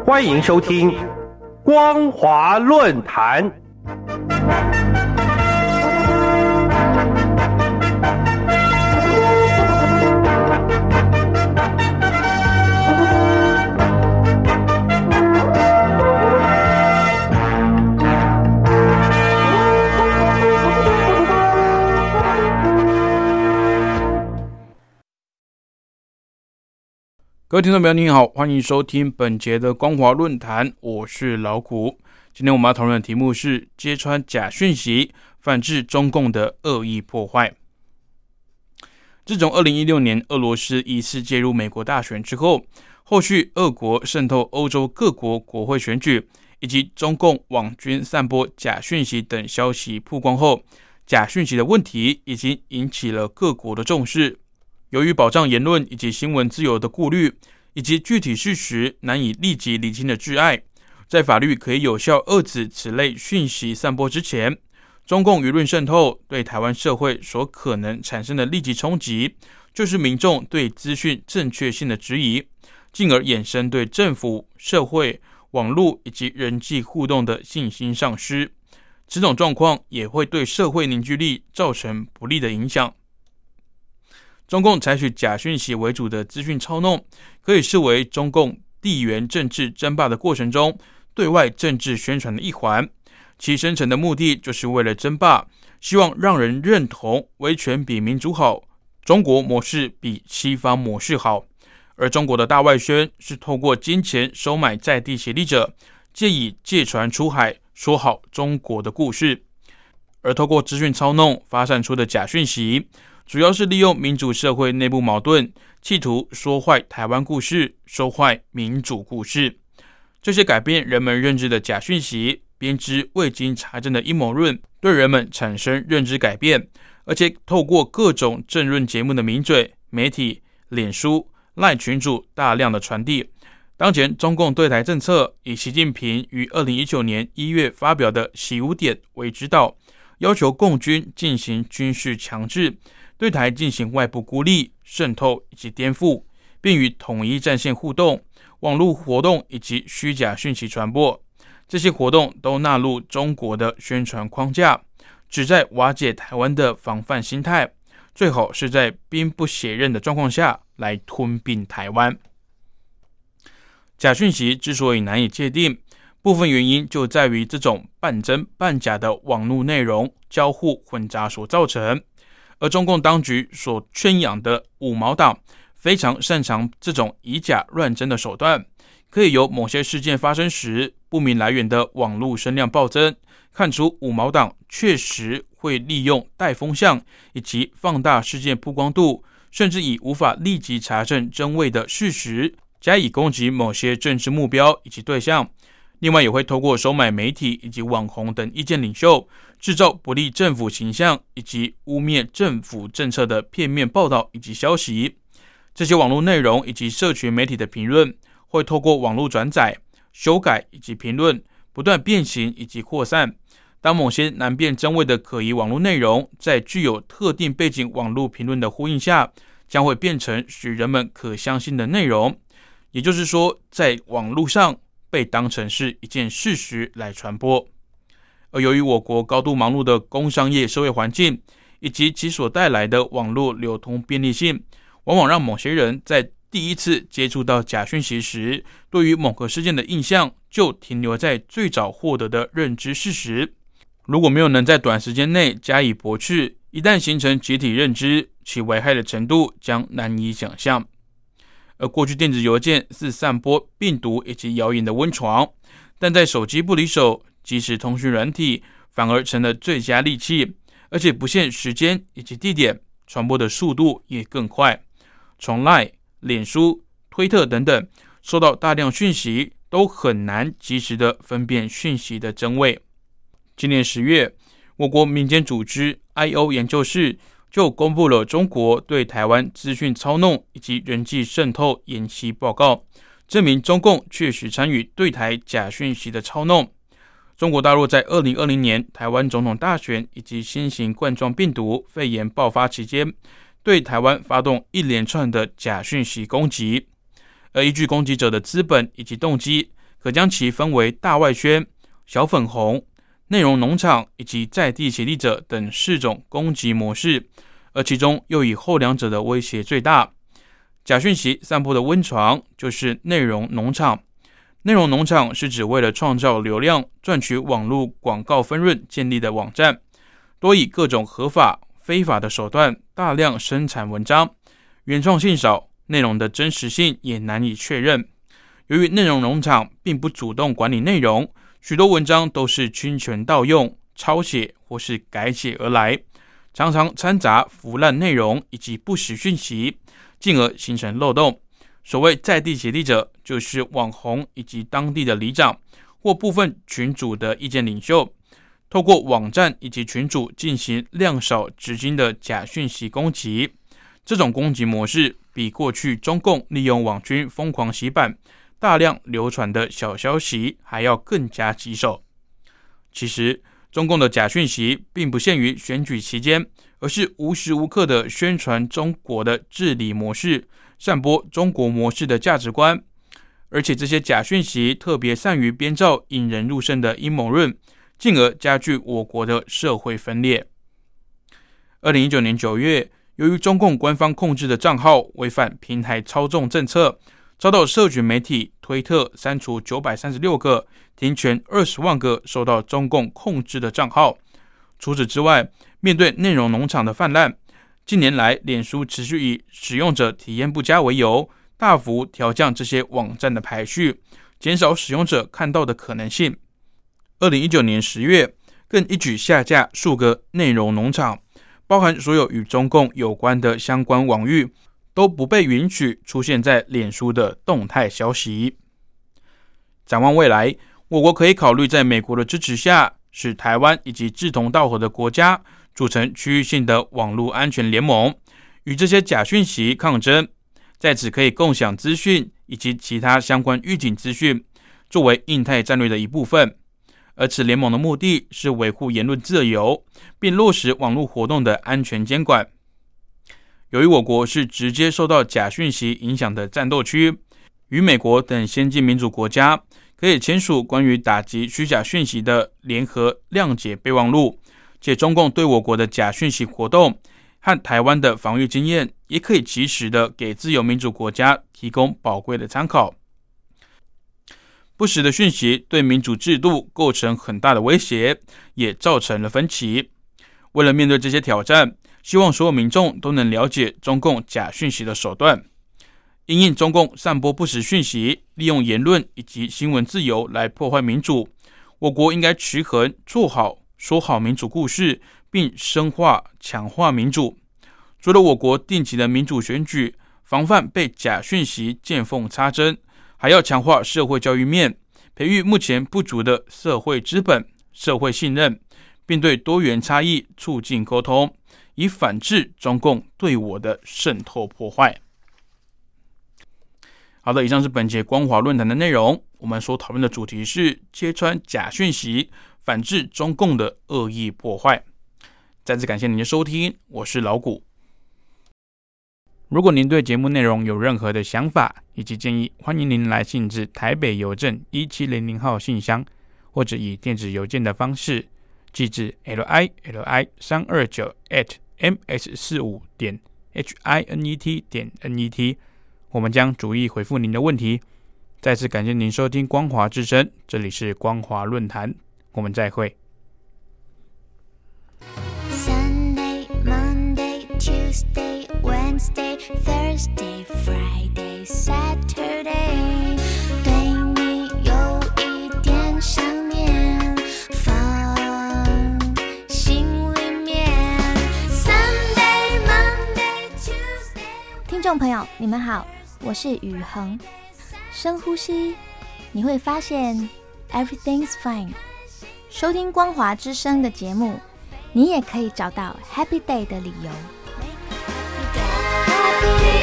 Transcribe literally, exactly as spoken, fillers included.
欢迎收听光华论坛。 各位听众朋友您好，欢迎收听本节的光华论坛，我是老谷。今天我们要讨论的题目是揭穿假讯息，反制中共的恶意破坏。自从二零一六年俄罗斯疑似介入美国大选之后，后续俄国渗透欧洲各国国会选举，以及中共网军散播假讯息等消息曝光后，假讯息的问题已经引起了各国的重视。由于保障言论以及新闻自由的顾虑，以及具体事实难以立即厘清的挚爱，在法律可以有效遏止此类讯息散播之前，中共舆论渗透对台湾社会所可能产生的立即冲击，就是民众对资讯正确性的质疑，进而衍生对政府、社会、网络以及人际互动的信心丧失。此种状况也会对社会凝聚力造成不利的影响。中共采取假讯息为主的资讯操弄，可以视为中共地缘政治争霸的过程中对外政治宣传的一环。其深层的目的就是为了争霸，希望让人认同威权比民主好，中国模式比西方模式好。而中国的大外宣是透过金钱收买在地协力者，借以借船出海，说好中国的故事。而透过资讯操弄发散出的假讯息，主要是利用民主社会内部矛盾，企图说坏台湾故事，说坏民主故事。这些改变人们认知的假讯息，编织未经查证的阴谋论，对人们产生认知改变，而且透过各种政论节目的名嘴、媒体、脸书、LINE 群组大量的传递。当前中共对台政策以习近平于二零一九年一月发表的习五点为指导，要求共军进行军事强制，对台进行外部孤立、渗透以及颠覆，并与统一战线互动、网络活动以及虚假讯息传播。这些活动都纳入中国的宣传框架，旨在瓦解台湾的防范心态，最好是在兵不血刃的状况下来吞并台湾。假讯息之所以难以界定，部分原因就在于这种半真半假的网络内容交互混杂所造成。而中共当局所宣扬的五毛党非常擅长这种以假乱真的手段，可以由某些事件发生时不明来源的网络声量暴增，看出五毛党确实会利用带风向以及放大事件曝光度，甚至以无法立即查证真伪的事实加以攻击某些政治目标以及对象。另外也会透过收买媒体以及网红等意见领袖，制造不利政府形象以及污蔑政府政策的片面报道以及消息。这些网络内容以及社群媒体的评论，会透过网络转载、修改以及评论，不断变形以及扩散。当某些难辨真伪的可疑网络内容，在具有特定背景网络评论的呼应下，将会变成使人们可相信的内容。也就是说，在网络上被当成是一件事实来传播。而由于我国高度忙碌的工商业社会环境，以及其所带来的网络流通便利性，往往让某些人在第一次接触到假讯息时，对于某个事件的印象就停留在最早获得的认知事实。如果没有能在短时间内加以驳斥，一旦形成集体认知，其危害的程度将难以想象。而过去电子邮件是散播病毒以及谣言的温床，但在手机不离手、即时通讯软体反而成了最佳利器，而且不限时间以及地点，传播的速度也更快。从 LINE、脸书、推特等等收到大量讯息，都很难及时的分辨讯息的真伪。今年十月，我国民间组织 I O 研究室就公布了中国对台湾资讯操弄以及人际渗透研析报告，证明中共确实参与对台假讯息的操弄。中国大陆在二零二零年台湾总统大选以及新型冠状病毒肺炎爆发期间，对台湾发动一连串的假讯息攻击，而依据攻击者的资本以及动机，可可将其分为大外宣、小粉红、内容农场以及在地协力者等四种攻击模式，而其中又以后两者的威胁最大。假讯息散播的温床就是内容农场。内容农场是指为了创造流量、赚取网络广告分润建立的网站，多以各种合法、非法的手段大量生产文章，原创性少，内容的真实性也难以确认。由于内容农场并不主动管理内容，许多文章都是侵权盗用、抄写或是改写而来，常常掺杂腐烂内容以及不实讯息，进而形成漏洞。所谓在地协力者，就是网红以及当地的里长或部分群组的意见领袖，透过网站以及群组进行量少质精的假讯息攻击。这种攻击模式比过去中共利用网军疯狂洗版、大量流传的小消息还要更加棘手。其实，中共的假讯息并不限于选举期间，而是无时无刻的宣传中国的治理模式，散播中国模式的价值观。而且这些假讯息特别善于编造引人入胜的阴谋论，进而加剧我国的社会分裂。二零一九年九月，由于中共官方控制的账号违反平台操纵政策，遭到社群媒体推特删除九百三十六个，停权二十万个受到中共控制的账号。除此之外，面对内容农场的泛滥，近年来脸书持续以使用者体验不佳为由，大幅调降这些网站的排序，减少使用者看到的可能性。二零一九年十月，更一举下架数个内容农场，包含所有与中共有关的相关网域都不被允许出现在脸书的动态消息。展望未来，我国可以考虑在美国的支持下，使台湾以及志同道合的国家组成区域性的网络安全联盟，与这些假讯息抗争，在此可以共享资讯以及其他相关预警资讯，作为印太战略的一部分。而此联盟的目的是维护言论自由，并落实网络活动的安全监管。由于我国是直接受到假讯息影响的战斗区，与美国等先进民主国家可以签署关于打击虚假讯息的联合谅解备忘录，且中共对我国的假讯息活动和台湾的防御经验，也可以及时的给自由民主国家提供宝贵的参考。不实的讯息对民主制度构成很大的威胁，也造成了分歧。为了面对这些挑战，希望所有民众都能了解中共假讯息的手段。因应中共散播不实讯息，利用言论以及新闻自由来破坏民主，我国应该持衡做好说好民主故事，并深化强化民主。除了我国定期的民主选举，防范被假讯息见缝插针，还要强化社会教育面，培育目前不足的社会资本、社会信任，并对多元差异促进沟通，以反制中共对我的渗透破坏。好的，以上是本节光华论坛的内容。我们所讨论的主题是揭穿假讯息，反制中共的恶意破坏。再次感谢您的收听，我是老谷。如果您对节目内容有任何的想法以及建议，欢迎您来信至台北邮政一七零零号信箱，或者以电子邮件的方式寄至 l i l i 三二九 at m s 四五 点 h i n e t 点 n e t， 我们将逐一回复您的问题。再次感谢您收听光华之声，这里是光华论坛，我们再会。 Sunday, Monday, Tuesday, Wednesday, Thursday, Friday, Saturday， 对你有一点想念，放心里面。Sunday, Monday, Tuesday。听众朋友，你们好，我是宇恒。深呼吸，你会发现 everything's fine。收听光华之声的节目，你也可以找到 Happy Day 的理由。